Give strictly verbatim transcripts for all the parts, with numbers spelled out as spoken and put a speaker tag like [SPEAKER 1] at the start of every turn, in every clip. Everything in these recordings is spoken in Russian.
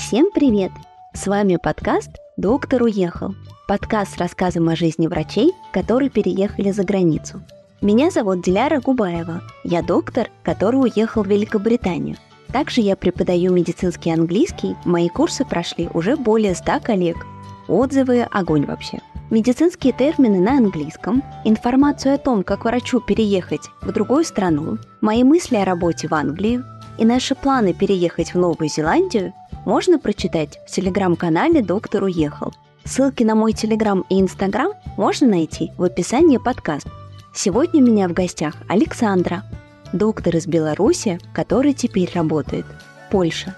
[SPEAKER 1] Всем привет! С вами подкаст «Доктор уехал». Подкаст с рассказом о жизни врачей, которые переехали за границу. Меня зовут Диляра Губаева. Я доктор, который уехал в Великобританию. Также я преподаю медицинский английский. Мои курсы прошли уже более ста коллег. Отзывы – огонь вообще. Медицинские термины на английском, информацию о том, как врачу переехать в другую страну, мои мысли о работе в Англии и наши планы переехать в Новую Зеландию можно прочитать в телеграм-канале «Доктор уехал». Ссылки на мой телеграм и инстаграм можно найти в описании подкаста. Сегодня у меня в гостях Александра, доктор из Беларуси, который теперь работает в Польше.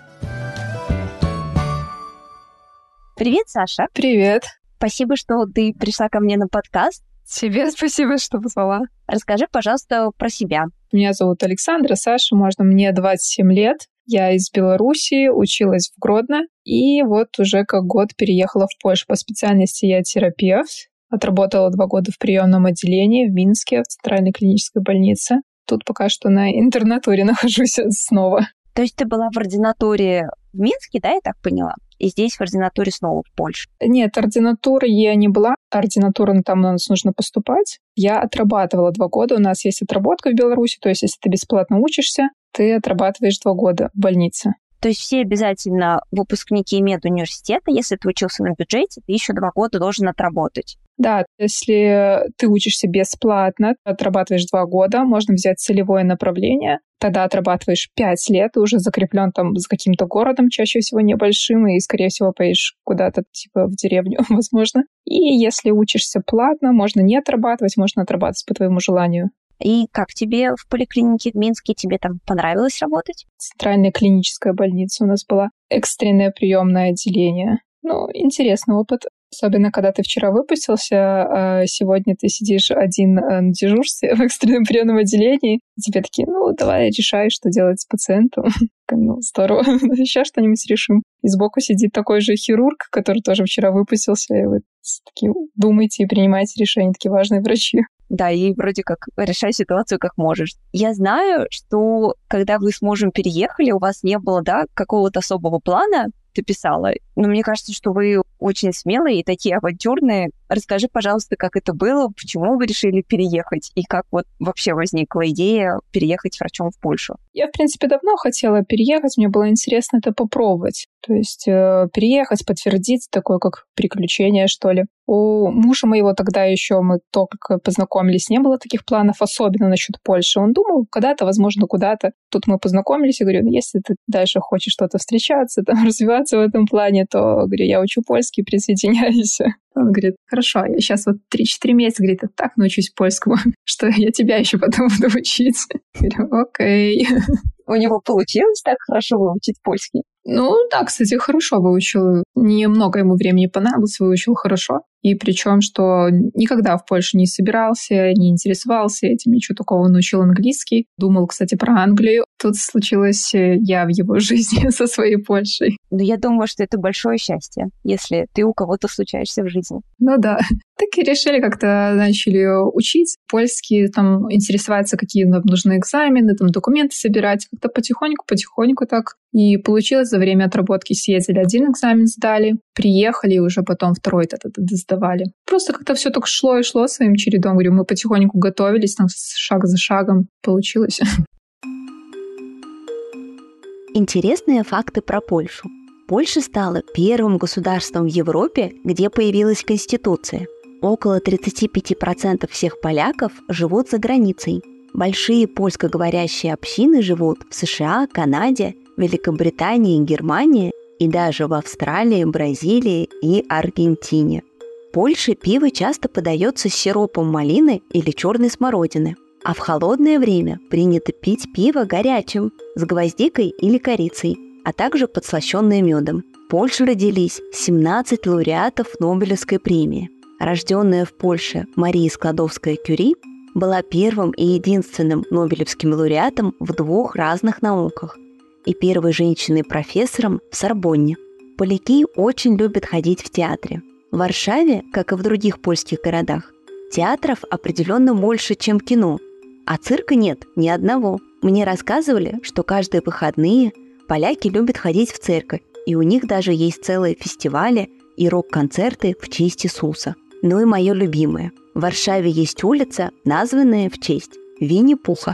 [SPEAKER 1] Привет, Саша.
[SPEAKER 2] Привет.
[SPEAKER 1] Спасибо, что ты пришла ко мне на подкаст.
[SPEAKER 2] Тебе спасибо, что позвала.
[SPEAKER 1] Расскажи, пожалуйста, про себя.
[SPEAKER 2] Меня зовут Александра, Саша, можно, мне двадцать семь лет. Я из Беларуси, училась в Гродно, и вот уже как год переехала в Польшу. По специальности я терапевт. Отработала два года в приемном отделении в Минске, в Центральной клинической больнице. Тут пока что на интернатуре нахожусь снова.
[SPEAKER 1] То есть ты была в ординатуре в Минске, да, я так поняла? И здесь в ординатуре снова в Польше?
[SPEAKER 2] Нет, ординатуры я не была. Ординатура, там у нас нужно поступать. Я отрабатывала два года. У нас есть отработка в Беларуси, то есть если ты бесплатно учишься, ты отрабатываешь два года в больнице.
[SPEAKER 1] То есть все обязательно выпускники медуниверситета, если ты учился на бюджете, ты еще два года должен отработать.
[SPEAKER 2] Да, если ты учишься бесплатно, отрабатываешь два года, можно взять целевое направление, тогда отрабатываешь пять лет, и уже закреплен там за каким-то городом, чаще всего небольшим, и, скорее всего, поедешь куда-то типа в деревню, возможно. И если учишься платно, можно не отрабатывать, можно отрабатывать по твоему желанию.
[SPEAKER 1] И как тебе в поликлинике в Минске? Тебе там понравилось работать?
[SPEAKER 2] Центральная клиническая больница у нас была, экстренное приемное отделение. Ну, интересный опыт. Особенно, когда ты вчера выпустился, а сегодня ты сидишь один на дежурстве в экстренном приемном отделении. И тебе такие, ну, давай решай, что делать с пациентом. Ну, здорово. Сейчас что-нибудь решим. И сбоку сидит такой же хирург, который тоже вчера выпустился. И вы такие думаете и принимаете решения, такие важные врачи.
[SPEAKER 1] Да, и вроде как решай ситуацию как можешь. Я знаю, что когда вы с мужем переехали, у вас не было, да, какого-то особого плана, ты писала. Но мне кажется, что вы очень смелые и такие авантюрные. Расскажи, пожалуйста, как это было, почему вы решили переехать и как вот вообще возникла идея переехать врачом в Польшу?
[SPEAKER 2] Я, в принципе, давно хотела переехать, мне было интересно это попробовать. То есть э, переехать, подтвердить, такое как приключение, что ли. У мужа моего тогда еще мы только познакомились, не было таких планов, особенно насчет Польши. Он думал, когда-то, возможно, куда-то. Тут мы познакомились, и говорю, ну, если ты дальше хочешь что-то встречаться, там, развиваться в этом плане, то, говорю, я учу польский, присоединяйся. Он говорит, хорошо, я сейчас вот три-четыре месяца, говорит, я так научусь польскому, что я тебя еще потом буду учить. Я говорю, окей.
[SPEAKER 1] У него получилось так хорошо выучить польский?
[SPEAKER 2] Ну да, кстати, хорошо выучил. Немного ему времени понадобилось, выучил хорошо. И причем, что никогда в Польшу не собирался, не интересовался этим, ничего такого, научил английский. Думал, кстати, про Англию. Тут случилось я в его жизни со своей Польшей.
[SPEAKER 1] Ну, я думаю, что это большое счастье, если ты у кого-то случаешься в жизни.
[SPEAKER 2] Ну да. Так и решили как-то, начали учить польский, там интересоваться, какие нам нужны экзамены, там документы собирать. Как-то потихоньку-потихоньку так. И получилось, за время отработки съездили, один экзамен сдали, приехали, и уже потом второй этот сдавали. Просто как-то все так шло и шло своим чередом. Говорю, мы потихоньку готовились, там шаг за шагом получилось.
[SPEAKER 1] Интересные факты про Польшу. Польша стала первым государством в Европе, где появилась Конституция. Около тридцать пять процентов всех поляков живут за границей. Большие польскоговорящие общины живут в США, Канаде, Великобритании, Германии и даже в Австралии, Бразилии и Аргентине. В Польше пиво часто подается с сиропом малины или черной смородины, а в холодное время принято пить пиво горячим, с гвоздикой или корицей, а также подслащенное медом. В Польше родились семнадцать лауреатов Нобелевской премии. Рожденная в Польше Мария Складовская-Кюри была первым и единственным Нобелевским лауреатом в двух разных науках и первой женщиной-профессором в Сорбонне. Поляки очень любят ходить в театры. В Варшаве, как и в других польских городах, театров определенно больше, чем кино, а цирка нет ни одного. Мне рассказывали, что каждые выходные поляки любят ходить в церковь и у них даже есть целые фестивали и рок-концерты в честь Иисуса. Ну и мое любимое. В Варшаве есть улица, названная в честь Винни-Пуха.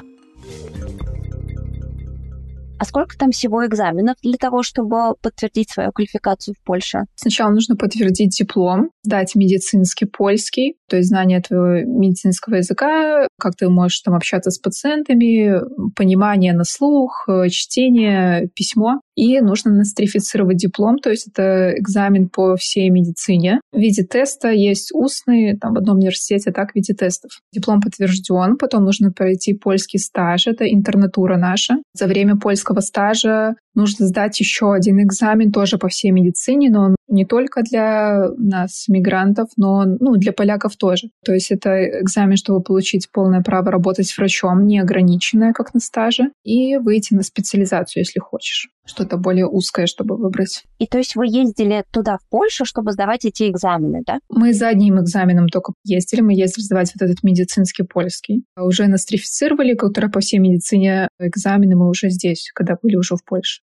[SPEAKER 1] А сколько там всего экзаменов для того, чтобы подтвердить свою квалификацию в Польше?
[SPEAKER 2] Сначала нужно подтвердить диплом, сдать медицинский польский, то есть знание твоего медицинского языка, как ты можешь там общаться с пациентами, понимание на слух, чтение, письмо. И нужно нострифицировать диплом, то есть это экзамен по всей медицине. В виде теста есть устный, там в одном университете, так, в виде тестов. Диплом подтвержден, потом нужно пройти польский стаж, это интернатура наша. За время польского стажа нужно сдать еще один экзамен тоже по всей медицине, но он не только для нас, мигрантов, но ну, для поляков тоже. То есть это экзамен, чтобы получить полное право работать врачом, неограниченное, как на стаже, и выйти на специализацию, если хочешь. Что-то более узкое, чтобы выбрать.
[SPEAKER 1] И то есть вы ездили туда, в Польшу, чтобы сдавать эти экзамены, да?
[SPEAKER 2] Мы за одним экзаменом только ездили. Мы ездили сдавать вот этот медицинский польский. Уже нострифицировали, который по всей медицине экзамены мы уже здесь, когда были уже в Польше.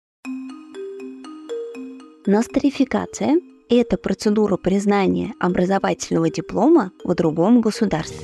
[SPEAKER 1] Нострификация – это процедура признания образовательного диплома в другом государстве.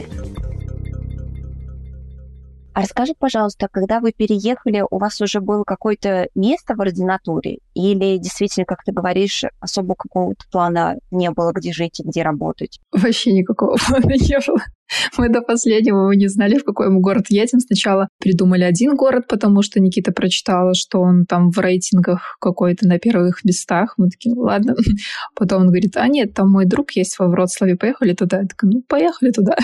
[SPEAKER 1] А расскажи, пожалуйста, когда вы переехали, у вас уже было какое-то место в ординатуре? Или действительно, как ты говоришь, особо какого-то плана не было, где жить и где работать?
[SPEAKER 2] Вообще никакого плана не было. Мы до последнего мы не знали, в какой мы город едем. Сначала придумали один город, потому что Никита прочитала, что он там в рейтингах какой-то на первых местах. Мы такие, ну ладно. Потом он говорит, а нет, там мой друг есть во Вроцлаве, поехали туда. Я такая, ну поехали туда.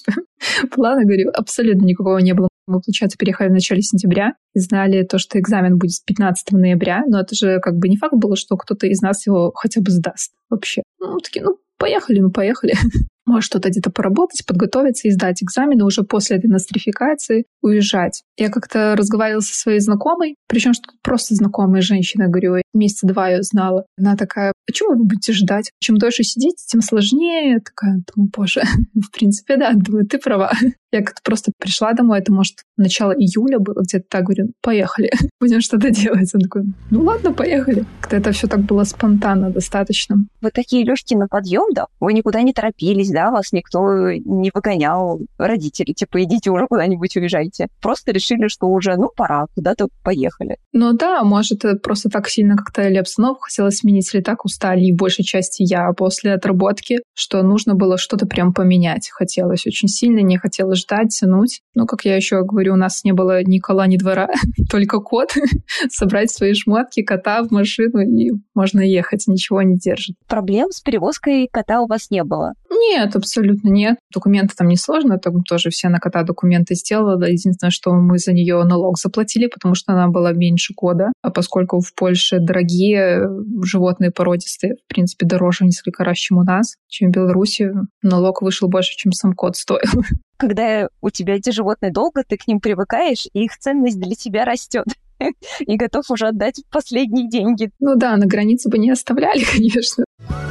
[SPEAKER 2] Плана, говорю, абсолютно никакого не было. Мы, получается, переехали в начале сентября и знали то, что экзамен будет с пятнадцатого ноября, но это же как бы не факт было, что кто-то из нас его хотя бы сдаст вообще. Ну, такие, ну, поехали, ну, поехали. Может, что-то где-то поработать, подготовиться и сдать экзамены, уже после этой нострификации уезжать. Я как-то разговаривала со своей знакомой, причем что просто знакомая женщина, говорю, месяца два ее знала. Она такая, почему вы будете ждать? Чем дольше сидите, тем сложнее. Я такая, думаю, боже, ну, в принципе, да, думаю, ты права. Я как-то просто пришла домой, это, может, начало июля было, где-то так, говорю, поехали, будем что-то делать. Он такой, ну ладно, поехали. Как-то это все так было спонтанно достаточно.
[SPEAKER 1] Вы такие легкие на подъем, да? Вы никуда не торопились, да? Вас никто не выгонял, родители, типа, идите уже куда-нибудь уезжайте. Просто решили, что уже, ну, пора, куда-то поехали.
[SPEAKER 2] Ну да, может, просто так сильно как-то или обстановку хотелось сменить, или так устали, и в большей части я после отработки, что нужно было что-то прям поменять. Хотелось очень сильно, не хотелось ждать, тянуть. Ну, как я еще говорю, у нас не было ни кола, ни двора, только кот. Собрать свои шмотки, кота в машину, и можно ехать, ничего не держит.
[SPEAKER 1] Проблем с перевозкой кота у вас не было?
[SPEAKER 2] Нет, абсолютно нет. Документы там несложно, там тоже все на кота документы сделала. Единственное, что мы за нее налог заплатили, потому что она была меньше года. А поскольку в Польше дорогие животные породистые, в принципе, дороже несколько раз, чем у нас, чем в Беларуси, налог вышел больше, чем сам кот стоил.
[SPEAKER 1] Когда у тебя эти животные долго, ты к ним привыкаешь, и их ценность для тебя растет. И готов уже отдать последние деньги.
[SPEAKER 2] Ну да, на границе бы не оставляли, конечно.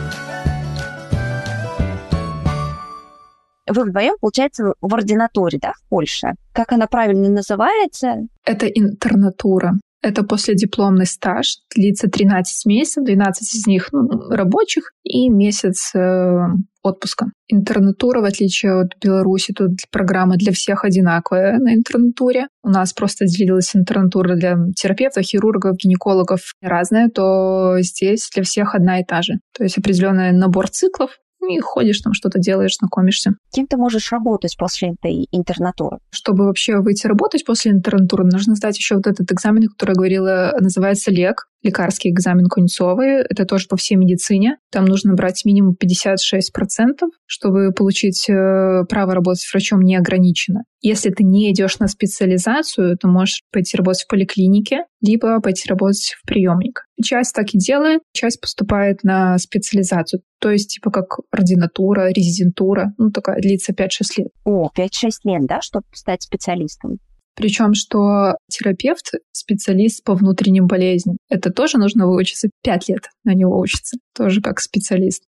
[SPEAKER 1] Вы вдвоем, получается, в ординатуре, да, в Польше? Как она правильно называется?
[SPEAKER 2] Это интернатура. Это последипломный стаж, длится тринадцать месяцев, двенадцать из них ну, рабочих и месяц э, отпуска. Интернатура, в отличие от Беларуси, тут программа для всех одинаковая на интернатуре. У нас просто делилась интернатура для терапевтов, хирургов, гинекологов разная, то здесь для всех одна и та же. То есть определенный набор циклов, и ходишь там, что-то делаешь, знакомишься.
[SPEAKER 1] Кем ты можешь работать после этой интернатуры?
[SPEAKER 2] Чтобы вообще выйти работать после интернатуры, нужно сдать еще вот этот экзамен, который я говорила, называется ЛЕК, лекарский экзамен Кузнецовой. Это тоже по всей медицине. Там нужно брать минимум пятьдесят шесть процентов, чтобы получить право работать врачом неограниченно. Если ты не идешь на специализацию, то можешь пойти работать в поликлинике, либо пойти работать в приемник. Часть так и делает, часть поступает на специализацию. То есть типа как ординатура, резидентура, ну такая длится пять-шесть лет.
[SPEAKER 1] О, пять-шесть лет, да, чтобы стать специалистом?
[SPEAKER 2] Причем, что терапевт, специалист по внутренним болезням, это тоже нужно выучиться пять лет на него учиться, тоже как специалист.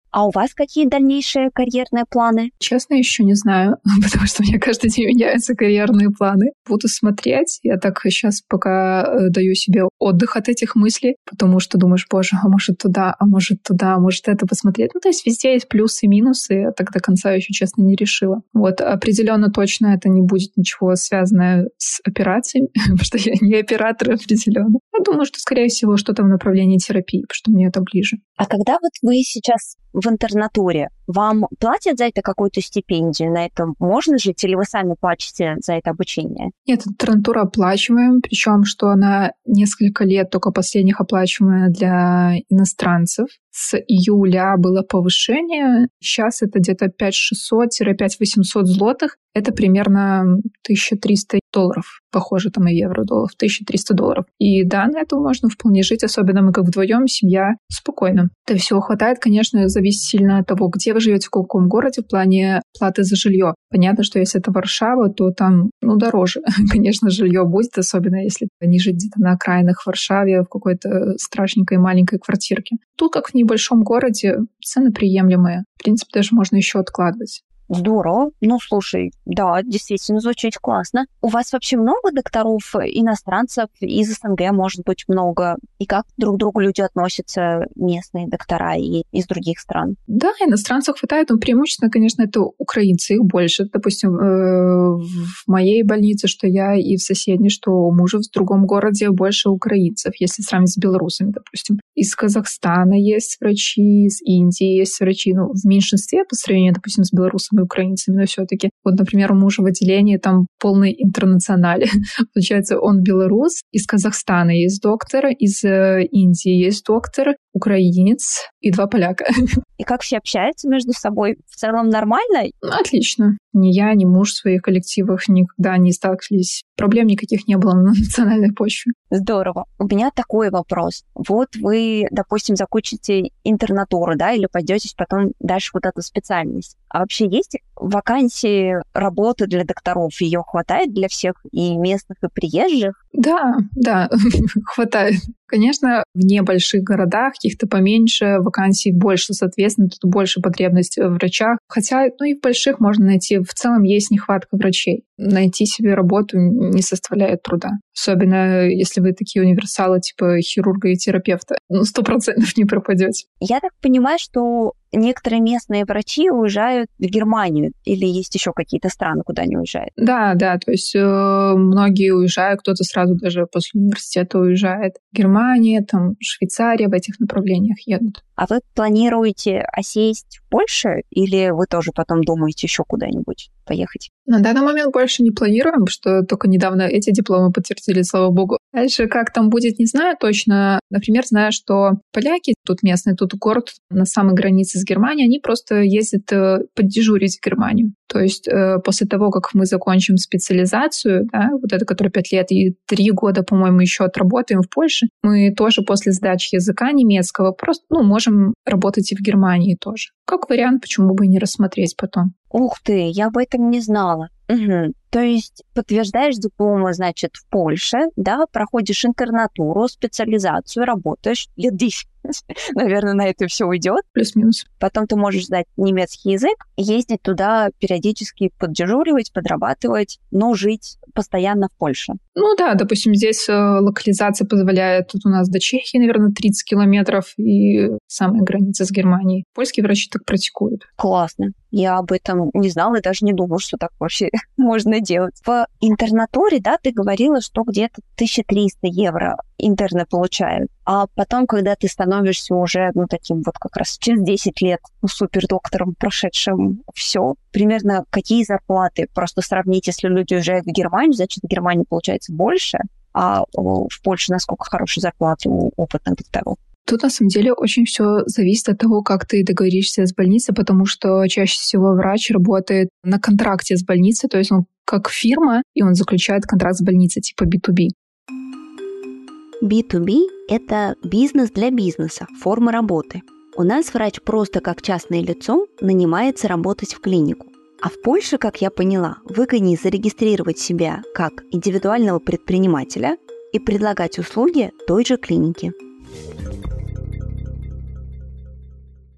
[SPEAKER 1] А у вас какие дальнейшие карьерные планы?
[SPEAKER 2] Честно, еще не знаю, потому что у меня каждый день меняются карьерные планы. Буду смотреть. Я так сейчас пока даю себе отдых от этих мыслей, потому что думаешь, боже, а может туда, а может туда, а может это посмотреть. Ну, то есть везде есть плюсы и минусы. Я так до конца еще, честно, не решила. Вот, определенно точно это не будет ничего связанное с операциями, потому что я не оператор определенно. Я думаю, что, скорее всего, что-то в направлении терапии, потому что мне это ближе.
[SPEAKER 1] А когда вот вы сейчас в интернатуре, вам платят за это какую-то стипендию? На это можно жить или вы сами платите за это обучение?
[SPEAKER 2] Нет, интернатура оплачиваем, причем что она несколько лет только последних оплачиваемая для иностранцев. С июля было повышение, сейчас это где-то пять тысяч шестьсот - пять тысяч восемьсот злотых. Это примерно тысяча триста долларов, похоже там и евро, долларов, тысяча триста долларов. И да, на это можно вполне жить, особенно мы как вдвоем, семья, спокойно. Это всего хватает, конечно, зависит сильно от того, где вы живете, в каком городе, в плане платы за жилье. Понятно, что если это Варшава, то там, ну, дороже, конечно, жилье будет, особенно если не жить где-то на окраинах Варшаве, в какой-то страшненькой маленькой квартирке. Тут, как в небольшом городе, цены приемлемые. В принципе, даже можно еще откладывать.
[SPEAKER 1] Здорово. Ну, слушай, да, действительно звучит классно. У вас вообще много докторов, иностранцев, из СНГ, может быть, много? И как друг к другу люди относятся, местные доктора и из других стран?
[SPEAKER 2] Да, иностранцев хватает, но преимущественно, конечно, это украинцы, их больше. Допустим, в моей больнице, что я, и в соседней, что у мужа в другом городе больше украинцев, если сравнить с белорусами, допустим. Из Казахстана есть врачи, из Индии есть врачи, ну, в меньшинстве по сравнению, допустим, с белорусами и украинцами, но все-таки. Вот, например, у мужа в отделении там полный интернациональ. Получается, он белорус, из Казахстана есть доктор, из Индии есть доктор, украинец и два поляка.
[SPEAKER 1] И как все общаются между собой? В целом нормально?
[SPEAKER 2] Отлично. Ни я, ни муж в своих коллективах никогда не сталкивались. Проблем никаких не было на национальной почве.
[SPEAKER 1] Здорово. У меня такой вопрос. Вот вы, допустим, закончите интернатуру, да, или пойдете потом дальше вот эту специальность. А вообще есть вакансии работы для докторов? Ее хватает для всех и местных, и приезжих?
[SPEAKER 2] Да, да, хватает. Конечно, в небольших городах, каких-то поменьше, вакансий больше, соответственно, тут больше потребность в врачах. Хотя, ну и в больших можно найти. В целом есть нехватка врачей. Найти себе работу не составляет труда. Особенно, если вы такие универсалы, типа хирурга и терапевта. Ну, сто процентов не пропадете.
[SPEAKER 1] Я так понимаю, что некоторые местные врачи уезжают в Германию или есть еще какие-то страны, куда они уезжают?
[SPEAKER 2] Да, да, то есть э, многие уезжают, кто-то сразу даже после университета уезжает. Германия, там, Швейцария, в этих направлениях едут.
[SPEAKER 1] А вы планируете осесть в Польше или вы тоже потом думаете еще куда-нибудь поехать?
[SPEAKER 2] На данный момент больше не планируем, потому что только недавно эти дипломы подтвердили, слава богу. Дальше как там будет, не знаю точно. Например, знаю, что поляки, тут местный, тут город на самой границе с Германией, они просто ездят поддежурить в Германию. То есть после того, как мы закончим специализацию, да, вот это, которая пять лет, и три года, по-моему, еще отработаем в Польше, мы тоже после сдачи языка немецкого просто, ну, можем работать и в Германии тоже. Как вариант, почему бы и не рассмотреть потом.
[SPEAKER 1] Ух ты, я об этом не знала. Угу. То есть подтверждаешь дипломы, значит, в Польше, да, проходишь интернатуру, специализацию, работаешь лет десять. Наверное, на это все уйдет.
[SPEAKER 2] Плюс-минус.
[SPEAKER 1] Потом ты можешь сдать немецкий язык, ездить туда периодически поддежуривать, подрабатывать, но жить постоянно в Польше.
[SPEAKER 2] Ну да, допустим, здесь локализация позволяет, тут у нас до Чехии, наверное, тридцать километров и самая граница с Германией. Польские врачи так практикуют.
[SPEAKER 1] Классно. Я об этом не знала и даже не думала, что так вообще можно делать. В интернатуре, да, ты говорила, что где-то тысяча триста евро интерны получают. А потом, когда ты становишься уже, ну, таким вот как раз через десять лет супердоктором, прошедшим все, примерно какие зарплаты? Просто сравнить, если люди уезжают в Германию, значит, в Германии получается больше, а в Польше насколько хорошие зарплаты у опытных докторов?
[SPEAKER 2] Тут, на самом деле, очень все зависит от того, как ты договоришься с больницей, потому что чаще всего врач работает на контракте с больницей, то есть он как фирма, и он заключает контракт с больницей, типа би ту би.
[SPEAKER 1] би ту би – это бизнес для бизнеса, форма работы. У нас врач просто как частное лицо нанимается работать в клинику. А в Польше, как я поняла, выгоднее зарегистрировать себя как индивидуального предпринимателя и предлагать услуги той же клинике.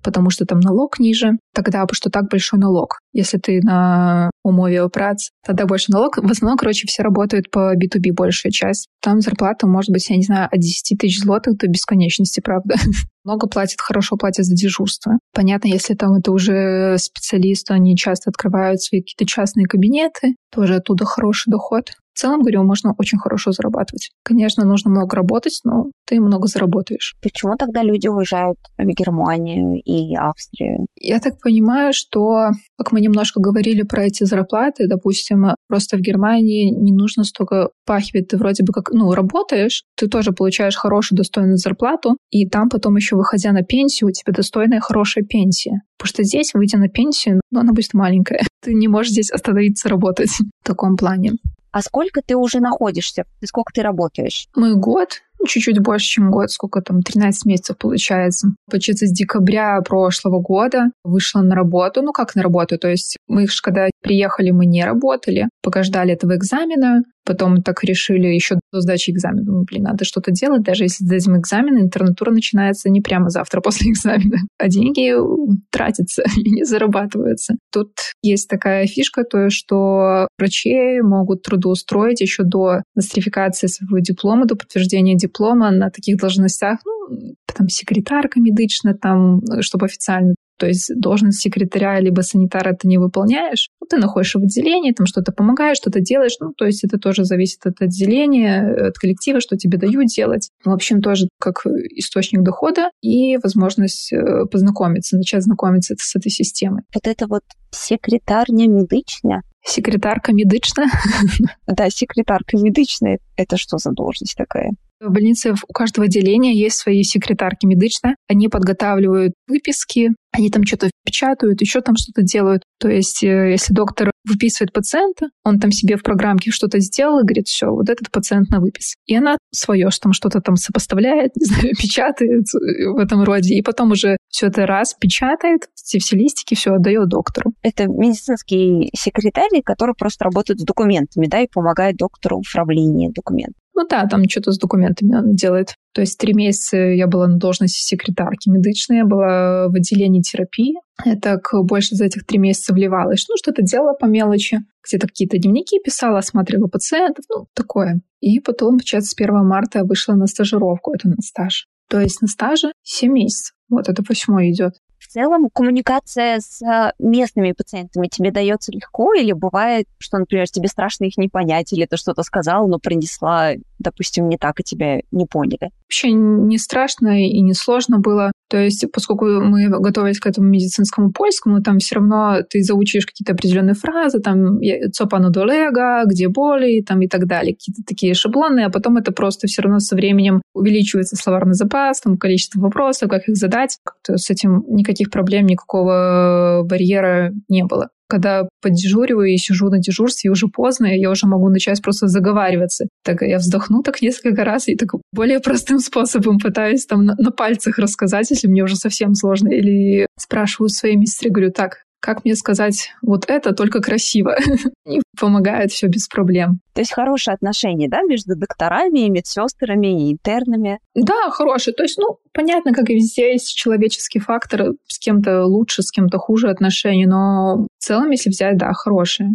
[SPEAKER 2] потому что там налог ниже. Тогда, потому что так большой налог. Если ты на умове о праці, тогда больше налог. В основном, короче, все работают по би ту би большая часть. Там зарплата может быть, я не знаю, от десять тысяч злотых до бесконечности, правда. Много платят, хорошо платят за дежурство. Понятно, если там это уже специалисты, они часто открывают свои какие-то частные кабинеты, тоже оттуда хороший доход. В целом, говорю, можно очень хорошо зарабатывать. Конечно, нужно много работать, но ты много заработаешь.
[SPEAKER 1] Почему тогда люди уезжают в Германию и Австрию?
[SPEAKER 2] Я так понимаю, что, как мы немножко говорили про эти зарплаты, допустим, просто в Германии не нужно столько пахивать. Ты вроде бы как, ну, работаешь, ты тоже получаешь хорошую, достойную зарплату, и там потом еще, выходя на пенсию, у тебя достойная, хорошая пенсия. Потому что здесь, выйдя на пенсию, ну, она будет маленькая. Ты не можешь здесь остановиться работать в таком плане.
[SPEAKER 1] А сколько ты уже находишься? Сколько ты работаешь?
[SPEAKER 2] Мы год, чуть-чуть больше, чем год, сколько там, тринадцать месяцев получается. Получается, с декабря прошлого года вышла на работу. Ну, как на работу? То есть мы, когда приехали, мы не работали, пока ждали этого экзамена. Потом так решили еще до сдачи экзамена. Думаю, блин, надо что-то делать. Даже если сдадим экзамен, интернатура начинается не прямо завтра после экзамена. А деньги тратятся и не зарабатываются. Тут есть такая фишка, то, что врачи могут трудоустроить еще до нострификации своего диплома, до подтверждения диплома на таких должностях, ну, там, секретарка медична, там, чтобы официально. То есть должность секретаря либо санитара ты не выполняешь, ну, ты находишься в отделении, там что-то помогаешь, что-то делаешь. Ну, то есть это тоже зависит от отделения, от коллектива, что тебе дают делать. В общем, тоже как источник дохода и возможность познакомиться, начать знакомиться с этой системой.
[SPEAKER 1] Вот это вот секретарня медична?
[SPEAKER 2] Секретарка медична?
[SPEAKER 1] Да, секретарка медична. Это что за должность такая?
[SPEAKER 2] В больнице у каждого отделения есть свои секретарки медичные. Они подготавливают выписки, они там что-то печатают, еще там что-то делают. То есть, если доктор выписывает пациента, он там себе в программке что-то сделал и говорит, все, вот этот пациент на выпис. И она свое, что там что-то там сопоставляет, не знаю, печатает в этом роде. И потом уже все это раз печатает, эти все листики, все отдает доктору.
[SPEAKER 1] Это медицинские секретари, которые просто работают с документами, да, и помогают доктору в оформлении документов.
[SPEAKER 2] Ну да, там что-то с документами она делает. То есть три месяца я была на должности секретарки медичной, я была в отделении терапии. Я так больше за этих три месяца вливалась. Ну, что-то делала по мелочи. Где-то какие-то дневники писала, осматривала пациентов, ну, такое. И потом, получается, с первого марта я вышла на стажировку, это на стаж. То есть на стаже семь месяцев. Вот это восьмой идет.
[SPEAKER 1] В целом коммуникация с местными пациентами тебе дается легко или бывает, что, например, тебе страшно их не понять, или ты что-то сказала, но принесла, допустим, не так, и тебя не поняли?
[SPEAKER 2] Вообще не страшно и не сложно было. То есть, поскольку мы готовились к этому медицинскому польскому, там все равно ты заучишь какие-то определенные фразы, там «co panu dolega», «где боли», там и так далее, какие-то такие шаблоны, а потом это просто все равно со временем увеличивается словарный запас, там количество вопросов, как их задать. Как-то с этим никаких проблем, никакого барьера не было. Когда поддежуриваю и сижу на дежурстве, и уже поздно, я уже могу начать просто заговариваться. Так я вздохну так несколько раз и так более простым способом пытаюсь там на, на пальцах рассказать, если мне уже совсем сложно. Или спрашиваю своей медсестры, говорю, так, как мне сказать вот это, только красиво. И помогает все без проблем.
[SPEAKER 1] То есть хорошие отношения, да, между докторами, медсестрами и интернами?
[SPEAKER 2] Да, хорошие. То есть, ну, понятно, как и везде есть человеческий фактор. С кем-то лучше, с кем-то хуже отношения, но в целом, если взять, да, хорошие.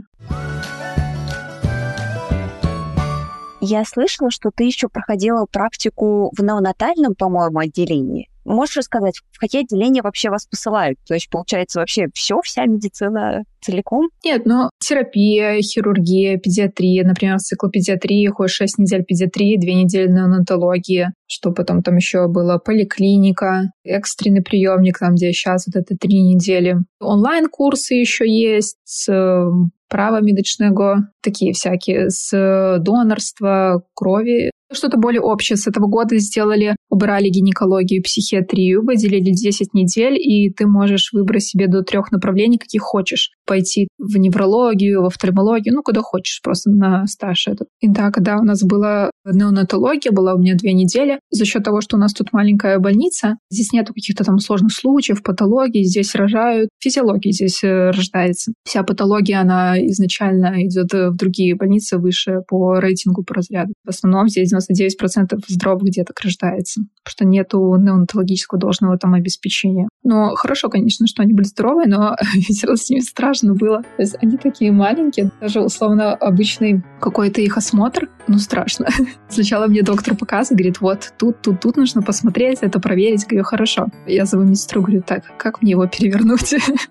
[SPEAKER 1] Я слышала, что ты еще проходила практику в неонатальном, по-моему, отделении. Можешь рассказать, в какие отделения вообще вас посылают? То есть, получается, вообще все, вся медицина целиком?
[SPEAKER 2] Нет, но терапия, хирургия, педиатрия. Например, в цикл педиатрии ходишь шесть недель педиатрии, две недели неонатологии. Что потом там еще было? Поликлиника, экстренный приемник, там, где сейчас вот это три недели. Онлайн-курсы еще есть с права медичного, такие всякие, с донорства крови. Что-то более общее. С этого года сделали, убрали гинекологию и психиатрию, выделили десять недель, и ты можешь выбрать себе до трех направлений, каких хочешь. Пойти в неврологию, в офтальмологию, ну, куда хочешь, просто на стаж этот. И да, когда у нас была неонатология, была у меня две недели, за счет того, что у нас тут маленькая больница, здесь нету каких-то там сложных случаев, патологий, здесь рожают, физиология здесь рождается. Вся патология, она изначально идет в другие больницы выше по рейтингу, по разряду. В основном здесь девяносто девять процентов здоровых деток рождается. потому что нету неонатологического должного там обеспечения. Но хорошо, конечно, что они были здоровые, но все равно с ними страшно было. То есть они такие маленькие, даже условно обычный какой-то их осмотр, ну страшно. Сначала мне доктор показывает, говорит, вот тут, тут, тут нужно посмотреть, это проверить. Говорю, хорошо. Я зову медсестру, говорю, так, как мне его перевернуть?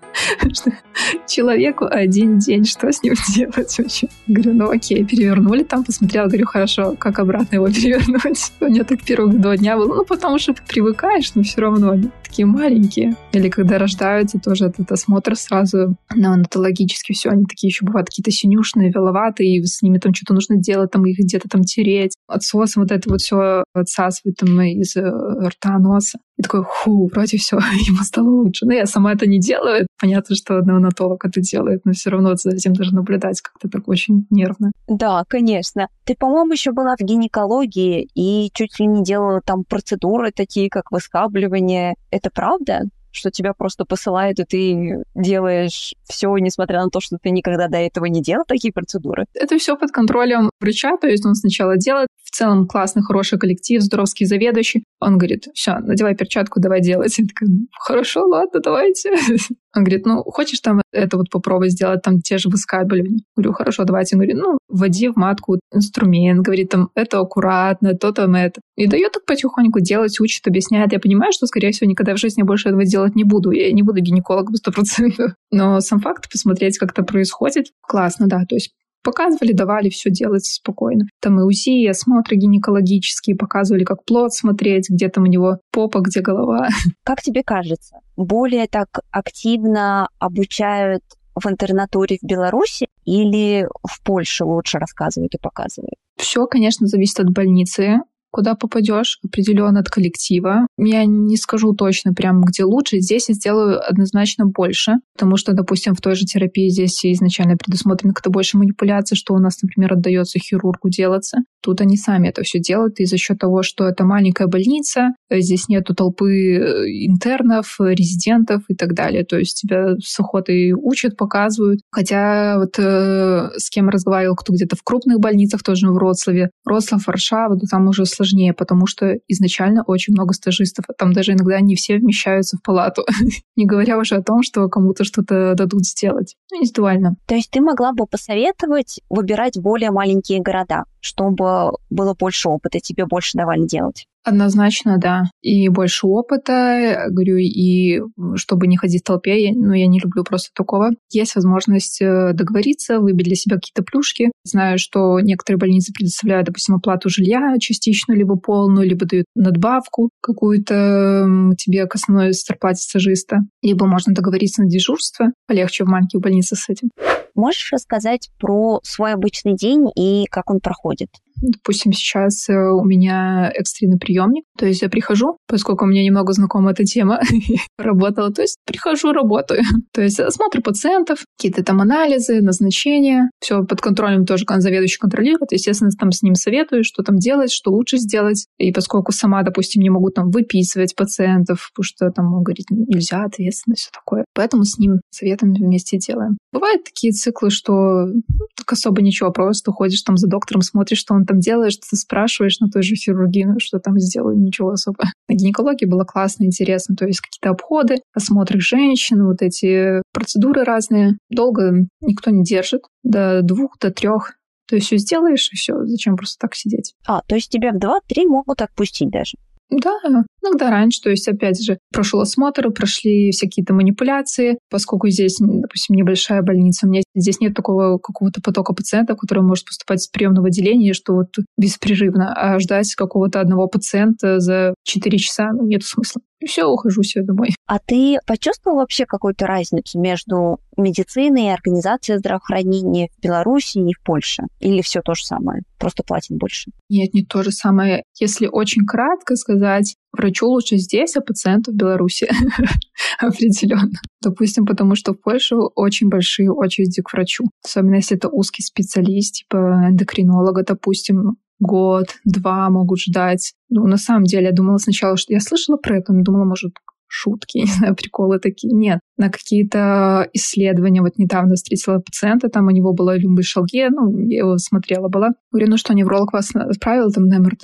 [SPEAKER 2] Человеку один день, что с ним делать вообще? Говорю, ну окей, перевернули там, посмотрела, говорю, хорошо, как обратно его перевернуть? У меня так первых два дня было, ну потому что привыкаешь, но все равно они такие маленькие. Или когда рождаются, тоже этот осмотр сразу неонатологический, все, они такие еще бывают какие-то синюшные, веловатые, и с ними там что-то нужно делать, там их где-то там тереть. Отсосом вот это вот все отсасывает там из рта, носа. И такой, фу, вроде все, ему стало лучше. Но я сама это не делаю. Понятно, что неонатолог это делает, но все равно за этим даже наблюдать как-то так очень нервно.
[SPEAKER 1] Да, конечно. Ты, по-моему, еще была в гинекологии и чуть ли не делала там процедуры такие, как выскабливание. Это правда? Что тебя просто посылают, и ты делаешь все, несмотря на то, что ты никогда до этого не делал такие процедуры?
[SPEAKER 2] Это все под контролем врача, то есть он сначала делает, в целом классный, хороший коллектив, здоровский заведующий. Он говорит, все, надевай перчатку, давай делать. Я такая, хорошо, ладно, давайте. Он говорит, ну, хочешь там это вот попробовать сделать, там те же выскабливания? Говорю, хорошо, давайте. Он говорит, ну, вводи в матку инструмент, говорит, там, это аккуратно, то там это. И дает так потихоньку делать, учит, объясняет. Я понимаю, что, скорее всего, никогда в жизни больше этого делать не буду. Я не буду гинекологом сто процентов. Но сам факт посмотреть, как это происходит, классно, да. То есть показывали, давали все делать спокойно. Там и УЗИ, и осмотры гинекологические, показывали, как плод смотреть, где там у него попа, где голова.
[SPEAKER 1] Как тебе кажется, более так активно обучают в интернатуре в Беларуси или в Польше лучше рассказывают и показывают?
[SPEAKER 2] Все, конечно, зависит от больницы. Куда попадешь, определенно от коллектива. Я не скажу точно прям, где лучше. Здесь я сделаю однозначно больше, потому что, допустим, в той же терапии здесь изначально предусмотрено как-то больше манипуляций, что у нас, например, отдается хирургу делаться. Тут они сами это все делают, и за счет того, что это маленькая больница, здесь нету толпы интернов, резидентов и так далее. То есть тебя с охотой учат, показывают. Хотя вот э, с кем разговаривал, кто где-то в крупных больницах, тоже в Вроцлаве, Вроцлав, Варшава, то там уже сложнее, потому что изначально очень много стажистов. Там даже иногда не все вмещаются в палату. Не говоря уже о том, что кому-то что-то дадут сделать. Ну, индивидуально.
[SPEAKER 1] То есть ты могла бы посоветовать выбирать более маленькие города, чтобы было больше опыта, тебе больше давали делать?
[SPEAKER 2] Однозначно, да. И больше опыта, говорю, и чтобы не ходить в толпе, ну, я не люблю просто такого. Есть возможность договориться, выбить для себя какие-то плюшки. Знаю, что некоторые больницы предоставляют, допустим, оплату жилья частичную, либо полную, либо дают надбавку какую-то тебе к основной зарплате стажиста. Либо можно договориться на дежурство. Полегче в маленьких больницах с этим.
[SPEAKER 1] Можешь рассказать про свой обычный день и как он проходит?
[SPEAKER 2] Допустим, сейчас у меня экстренный приемник, то есть я прихожу, поскольку у меня немного знакома эта тема, работала, то есть прихожу, работаю. То есть осмотр пациентов, какие-то там анализы, назначения, все под контролем тоже заведующий контролирует, естественно, там с ним советую, что там делать, что лучше сделать. И поскольку сама, допустим, не могу там выписывать пациентов, потому что там он говорит, нельзя, ответственность, все такое. Поэтому с ним советом вместе делаем. Бывают такие циклы, что ну, так особо ничего, просто ходишь там за доктором, смотришь, что он там делаешь, ты спрашиваешь на той же хирургии, ну, что там сделаю, ничего особо. На гинекологии было классно, интересно, то есть какие-то обходы, осмотры женщин, вот эти процедуры разные. Долго никто не держит, до двух, до трех. То есть все сделаешь, и все, зачем просто так сидеть?
[SPEAKER 1] А, то есть тебя в два-три могут отпустить даже?
[SPEAKER 2] Да, иногда раньше. То есть, опять же, прошел осмотр, прошли все какие-то манипуляции. Поскольку здесь, допустим, небольшая больница, у меня здесь нет такого какого-то потока пациентов, который может поступать с приемного отделения, что вот беспрерывно, а ждать какого-то одного пациента за четыре часа, ну, нет смысла. И все, ухожу себе домой.
[SPEAKER 1] А ты почувствовал вообще какую-то разницу между медициной и организацией здравоохранения в Беларуси и в Польше? Или все то же самое, просто платят больше?
[SPEAKER 2] Нет, не то же самое. Если очень кратко сказать, врачу лучше здесь, а пациенту в Беларуси. Определенно. Допустим, потому что в Польше очень большие очереди к врачу. Особенно если это узкий специалист, типа эндокринолога, допустим, год, два могут ждать. Ну, на самом деле, я думала сначала, что я слышала про это, но думала, может, шутки, не знаю, приколы такие. Нет, на какие-то исследования. Вот недавно встретила пациента, там у него была люмбош-шалгия, ну, я его смотрела была. Говорю, ну что, невролог вас отправил там на эм эр тэ? Он такой,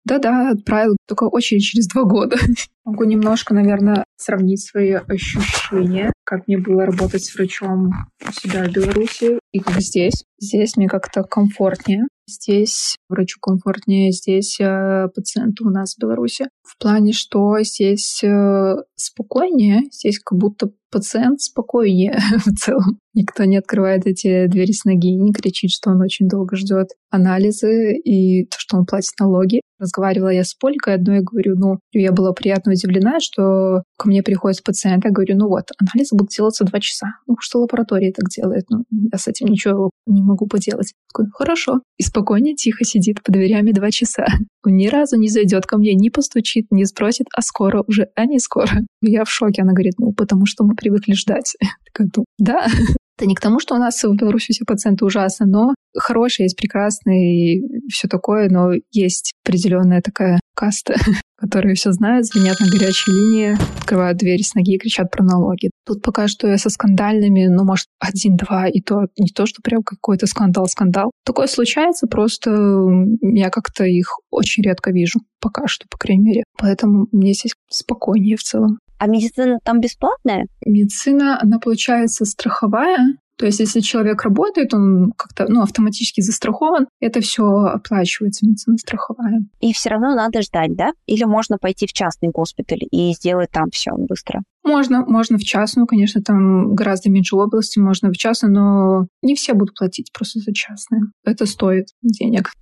[SPEAKER 2] Да-да, отправил, только очередь через два года. Могу немножко, наверное, сравнить свои ощущения, как мне было работать с врачом у себя в Беларуси и как здесь. Здесь мне как-то комфортнее. Здесь врачу комфортнее, здесь э, пациенту у нас в Беларуси. В плане, что здесь э, спокойнее, здесь как будто пациент спокойнее в целом. Никто не открывает эти двери с ноги, не кричит, что он очень долго ждет анализы и то, что он платит налоги. Разговаривала я с Полькой одной и говорю, ну, я была приятно удивлена, что ко мне приходит пациент, я говорю, ну вот, анализы будут делаться два часа. Ну, что лаборатория так делает? Ну, я с этим ничего не могу поделать. Такой, хорошо. И спокойно, тихо сидит под дверями два часа. Он ни разу не зайдет ко мне, не постучит, не спросит, а скоро уже, а не скоро. Я в шоке. Она говорит, ну, потому что мы привыкли ждать. Такая, ну, да. Это не к тому, что у нас в Беларуси все пациенты ужасно, но хорошие есть, прекрасные и все такое, но есть определенная такая каста, которые все знают, звонят на горячей линии, открывают двери с ноги и кричат про налоги. Тут пока что я со скандальными, ну, может, один-два, и то не то, что прям какой-то скандал-скандал. Такое случается, просто я как-то их очень редко вижу, пока что, по крайней мере. Поэтому мне здесь спокойнее в целом.
[SPEAKER 1] А медицина там бесплатная?
[SPEAKER 2] Медицина, она, получается, страховая. То есть, если человек работает, он как-то ну, автоматически застрахован, это все оплачивается, медицина страховая.
[SPEAKER 1] И все равно надо ждать, да? Или можно пойти в частный госпиталь и сделать там все быстро?
[SPEAKER 2] Можно, можно в частную, конечно, там гораздо меньше области, можно в частную, но не все будут платить просто за частное. Это стоит денег.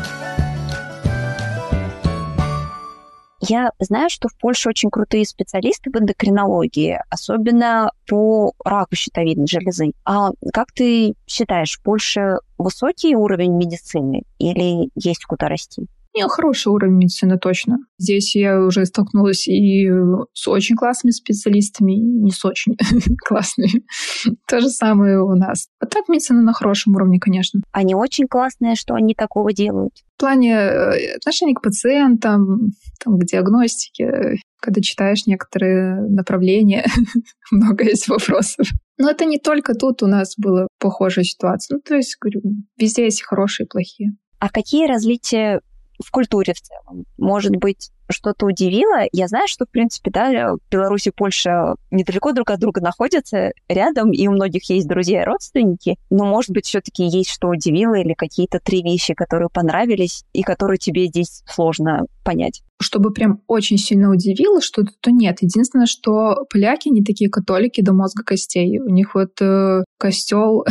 [SPEAKER 1] Я знаю, что в Польше очень крутые специалисты в эндокринологии, особенно по раку щитовидной железы. А как ты считаешь, в Польше высокий уровень медицины или есть куда расти?
[SPEAKER 2] Не, хороший уровень медицины, точно. Здесь я уже столкнулась и с очень классными специалистами, и не с очень классными. То же самое у нас. А так медицина на хорошем уровне, конечно.
[SPEAKER 1] Они очень классные, что они такого делают?
[SPEAKER 2] В плане отношения к пациентам, там, к диагностике, когда читаешь некоторые направления, много есть вопросов. Но это не только тут у нас была похожая ситуация. Ну, то есть, говорю, везде есть хорошие и плохие.
[SPEAKER 1] А какие различия в культуре в целом? Может быть, что-то удивило? Я знаю, что, в принципе, да, Беларусь и Польша недалеко друг от друга находятся, рядом, и у многих есть друзья и родственники, но, может быть, все-таки есть что удивило или какие-то три вещи, которые понравились и которые тебе здесь сложно понять?
[SPEAKER 2] Чтобы прям очень сильно удивило что-то, то нет. Единственное, что поляки не такие католики до мозга костей. У них вот э, костел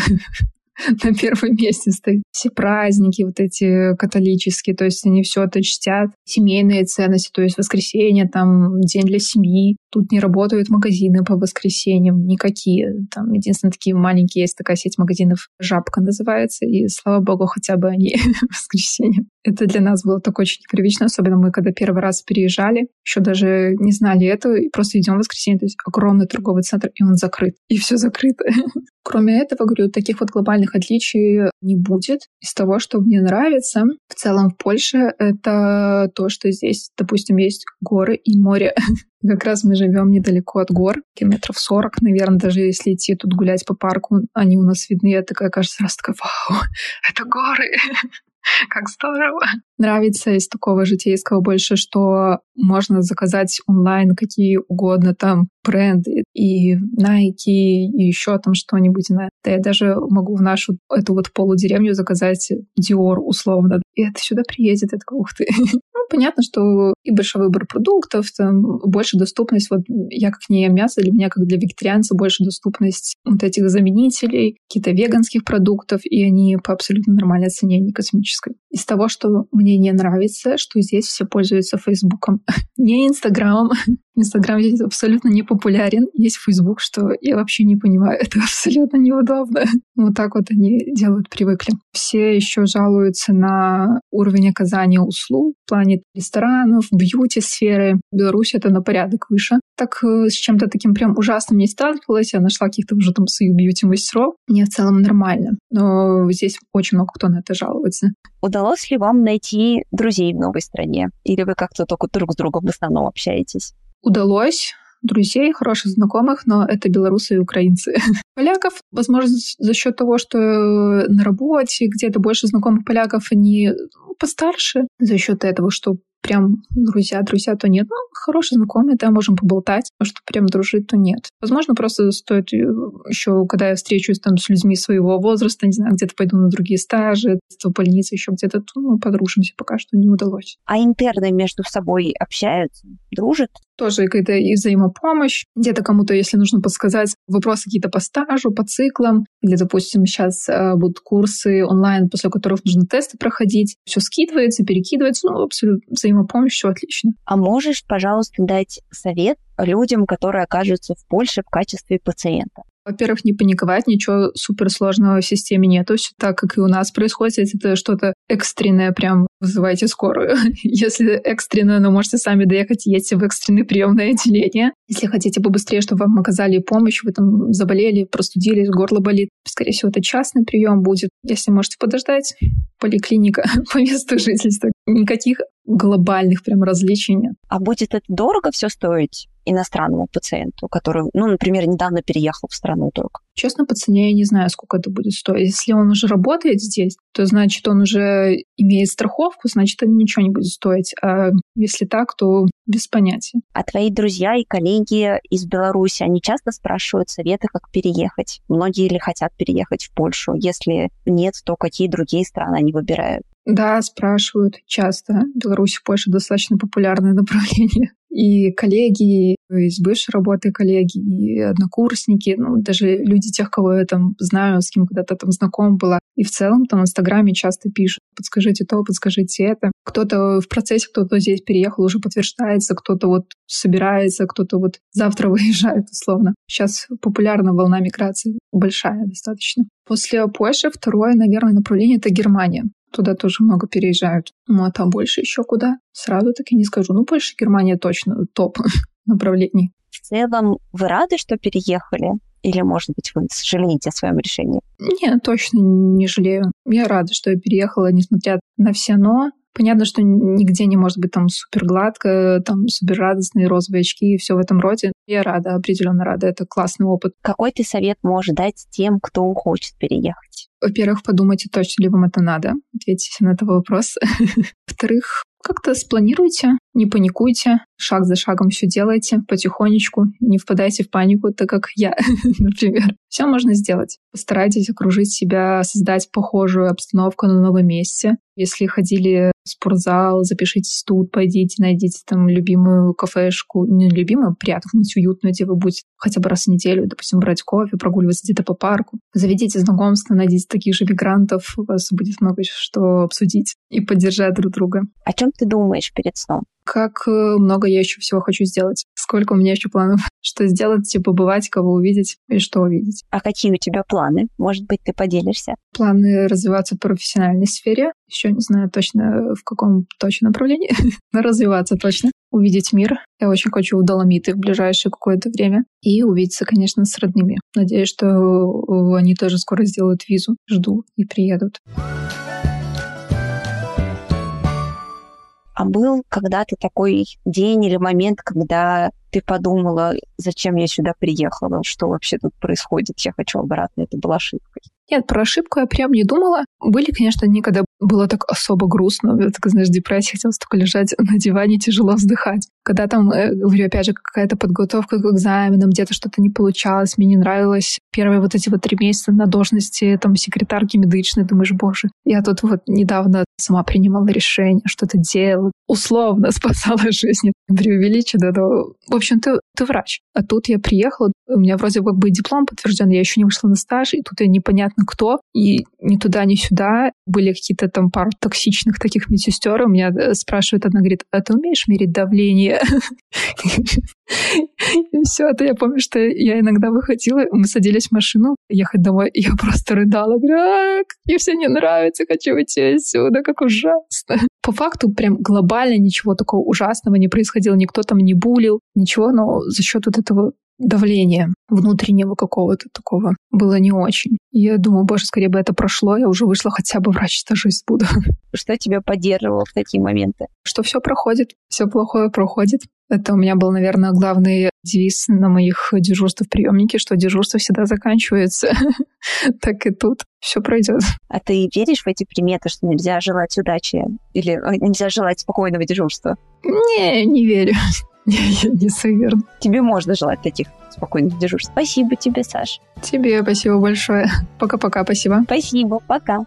[SPEAKER 2] на первом месте стоит. Все праздники вот эти католические, то есть они все это чтят. Семейные ценности, то есть воскресенье, там, день для семьи. Тут не работают магазины по воскресеньям, никакие. Там единственное, такие маленькие есть такая сеть магазинов, «Жабка» называется, и, слава богу, хотя бы они в воскресенье. Это для нас было так очень непривычно, особенно мы, когда первый раз переезжали, еще даже не знали этого, и просто идем в воскресенье, то есть огромный торговый центр, и он закрыт, и все закрыто. Кроме этого, говорю, таких вот глобальных отличий не будет. Из того, что мне нравится в целом в Польше, это то, что здесь, допустим, есть горы и море. Как раз мы живем недалеко от гор, километров сорок, наверное, даже если идти тут гулять по парку, они у нас видны. Я такая, кажется, раз такая, вау, это горы! Как здорово! Нравится из такого житейского больше, что можно заказать онлайн какие угодно там бренды, и Nike, и еще там что-нибудь. Да, я даже могу в нашу эту вот полудеревню заказать Dior условно. И это сюда приедет, это ух ты. Ну, понятно, что и большой выбор продуктов, там больше доступность. Вот я как не ем мясо, для меня как для вегетарианца больше доступность вот этих заменителей, каких-то веганских продуктов, и они по абсолютно нормальной цене, не космической. Из того, что мне не нравится, что здесь все пользуются Фейсбуком, не Инстаграмом. Инстаграм здесь абсолютно не популярен. Есть Фейсбук, что я вообще не понимаю. Это абсолютно неудобно. Вот так вот они делают, привыкли. Все еще жалуются на уровень оказания услуг в плане ресторанов, бьюти-сферы. В Беларуси это на порядок выше. Так с чем-то таким прям ужасным не сталкивалась. Я нашла каких-то уже там своих бьюти-мастеров. Мне в целом нормально. Но здесь очень много кто на это жалуется.
[SPEAKER 1] Удалось ли вам найти друзей в новой стране? Или вы как-то только друг с другом в основном общаетесь?
[SPEAKER 2] Удалось. Друзей, хороших знакомых, но это белорусы и украинцы. Поляков, возможно, за счет того, что на работе где-то больше знакомых поляков, они постарше, за счет этого, что прям друзья, друзья, то нет. Ну, хорошие знакомые, да, можем поболтать, но что прям дружить, то нет. Возможно, просто стоит еще, когда я встречусь там с людьми своего возраста, не знаю, где-то пойду на другие стажи, в больнице еще где-то, то мы подружимся, пока что не удалось.
[SPEAKER 1] А интерны между собой общаются, дружат?
[SPEAKER 2] Тоже какая-то и взаимопомощь. Где-то кому-то, если нужно подсказать вопросы какие-то по стажу, по циклам, или, допустим, сейчас э, будут курсы онлайн, после которых нужно тесты проходить. Все скидывается, перекидывается. Ну, абсолютно взаимопомощь, все отлично.
[SPEAKER 1] А можешь, пожалуйста, дать совет людям, которые окажутся в Польше в качестве пациента?
[SPEAKER 2] Во-первых, не паниковать, ничего суперсложного в системе нету. Все так, как и у нас происходит. Если это что-то экстренное, прям вызывайте скорую. Если экстренно, но можете сами доехать, едьте в экстренное приемное отделение. Если хотите побыстрее, чтобы вам оказали помощь, вы там заболели, простудились, горло болит, скорее всего, это частный прием будет. Если можете подождать, поликлиника по месту жительства. Никаких глобальных прям различий нет.
[SPEAKER 1] А будет это дорого все стоить иностранному пациенту, который, ну, например, недавно переехал в страну только?
[SPEAKER 2] Честно, по цене я не знаю, сколько это будет стоить. Если он уже работает здесь, то значит, он уже имеет страховку, значит, это ничего не будет стоить. А если так, то без понятия.
[SPEAKER 1] А твои друзья и коллеги из Беларуси, они часто спрашивают советы, как переехать? Многие ли хотят переехать в Польшу? Если нет, то какие другие страны они выбирают?
[SPEAKER 2] Да, спрашивают часто. Беларусь и Польша достаточно популярное направление. И коллеги из бывшей работы, коллеги, и однокурсники, ну, даже люди тех, кого я там знаю, с кем когда-то там знаком была. И в целом там в Инстаграме часто пишут: подскажите то, подскажите это. Кто-то в процессе, кто-то здесь переехал, уже подтверждается, кто-то вот собирается, кто-то вот завтра выезжает, условно. Сейчас популярна волна миграции, большая достаточно. После Польши второе, наверное, направление — это Германия. Туда тоже много переезжают. Ну, а там больше еще куда? Сразу так и не скажу. Ну, Польша, Германия точно топ направлений.
[SPEAKER 1] В целом, вы рады, что переехали? Или, может быть, вы сожалеете о своем решении?
[SPEAKER 2] Нет, точно не жалею. Я рада, что я переехала, несмотря на все «но». Понятно, что нигде не может быть там супер гладко, там супер радостные розовые очки и все в этом роде. Я рада, определенно рада. Это классный опыт.
[SPEAKER 1] Какой ты совет можешь дать тем, кто хочет переехать?
[SPEAKER 2] Во-первых, подумайте, точно ли вам это надо. Ответьте на этот вопрос. Во-вторых, как-то спланируйте, не паникуйте, шаг за шагом все делайте, потихонечку, не впадайте в панику, так как я, например. Все можно сделать. Постарайтесь окружить себя, создать похожую обстановку на новом месте. Если ходили в спортзал, запишитесь тут, пойдите, найдите там любимую кафешку, не любимую, приятную, уютную, где вы будете хотя бы раз в неделю, допустим, брать кофе, прогуливаться где-то по парку. Заведите знакомства, найдите таких же мигрантов, у вас будет много что обсудить и поддержать друг друга.
[SPEAKER 1] О чем ты думаешь перед сном?
[SPEAKER 2] Как много я еще всего хочу сделать. Сколько у меня еще планов, что сделать, типа побывать, кого увидеть и что увидеть.
[SPEAKER 1] А какие у тебя планы? Может быть, ты поделишься?
[SPEAKER 2] Планы развиваться в профессиональной сфере. Еще не знаю точно, в каком точно направлении, но развиваться точно. Увидеть мир. Я очень хочу в Доломиты в ближайшее какое-то время. И увидеться, конечно, с родными. Надеюсь, что они тоже скоро сделают визу. Жду и приедут.
[SPEAKER 1] А был когда-то такой день или момент, когда ты подумала, зачем я сюда приехала, что вообще тут происходит, я хочу обратно, это была ошибкой?
[SPEAKER 2] Нет, про ошибку я прям не думала. Были, конечно, дни, когда было так особо грустно. Я так, знаешь, депрессия, хотелось только лежать на диване, тяжело вздыхать. Когда там, говорю, опять же, какая-то подготовка к экзаменам, где-то что-то не получалось, мне не нравилось. Первые вот эти вот три месяца на должности там секретарки медичной, думаешь, боже, я тут вот недавно сама принимала решение, что-то делала, условно спасала жизнь. Преувеличено, но... В общем, ты, ты врач. А тут я приехала, у меня вроде как бы диплом подтвержден, я еще не вышла на стаж, и тут я непонятно кто, и ни туда, ни сюда. Были какие-то там пару токсичных таких медсестер. У меня спрашивает одна, говорит: а ты умеешь мерить давление? И все это я помню, что я иногда выходила, мы садились в машину, ехать домой, и я просто рыдала. Говорю: а, как мне все не нравится, хочу уйти отсюда, как ужасно. По факту прям глобально ничего такого ужасного не происходило, никто там не булил, ничего, но за счет вот этого давления внутреннего какого-то такого было не очень. И я думаю, боже, скорее бы это прошло, я уже вышла, хотя бы врач-стажист буду.
[SPEAKER 1] Что тебя поддерживало в такие моменты?
[SPEAKER 2] Что все проходит, все плохое проходит. Это у меня был, наверное, главный девиз на моих дежурствах в приемнике, что дежурство всегда заканчивается. Так и тут все пройдет.
[SPEAKER 1] А ты веришь в эти приметы, что нельзя желать удачи или нельзя желать спокойного дежурства?
[SPEAKER 2] Не, не верю. Я не суеверна.
[SPEAKER 1] Тебе можно желать таких спокойных дежурств. Спасибо тебе, Саш.
[SPEAKER 2] Тебе спасибо большое. Пока-пока, спасибо.
[SPEAKER 1] Спасибо, пока.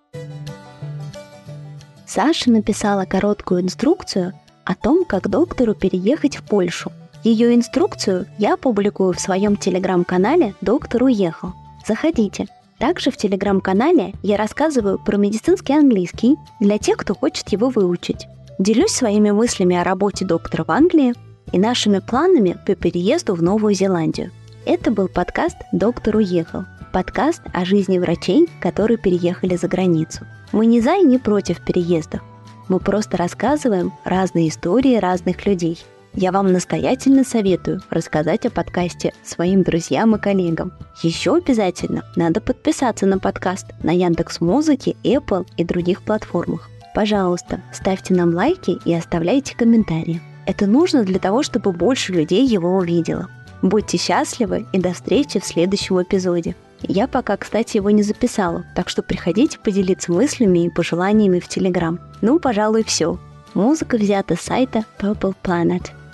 [SPEAKER 1] Саша написала короткую инструкцию о том, как доктору переехать в Польшу. Ее инструкцию я опубликую в своем телеграм-канале «Доктор уехал». Заходите. Также в телеграм-канале я рассказываю про медицинский английский для тех, кто хочет его выучить. Делюсь своими мыслями о работе доктора в Англии и нашими планами по переезду в Новую Зеландию. Это был подкаст «Доктор уехал». Подкаст о жизни врачей, которые переехали за границу. Мы не за и не против переездов. Мы просто рассказываем разные истории разных людей. Я вам настоятельно советую рассказать о подкасте своим друзьям и коллегам. Еще обязательно надо подписаться на подкаст на Яндекс.Музыке, Apple и других платформах. Пожалуйста, ставьте нам лайки и оставляйте комментарии. Это нужно для того, чтобы больше людей его увидело. Будьте счастливы и до встречи в следующем эпизоде. Я пока, кстати, его не записала, так что приходите поделиться мыслями и пожеланиями в Телеграм. Ну, пожалуй, все. Музыка взята с сайта Purple Planet.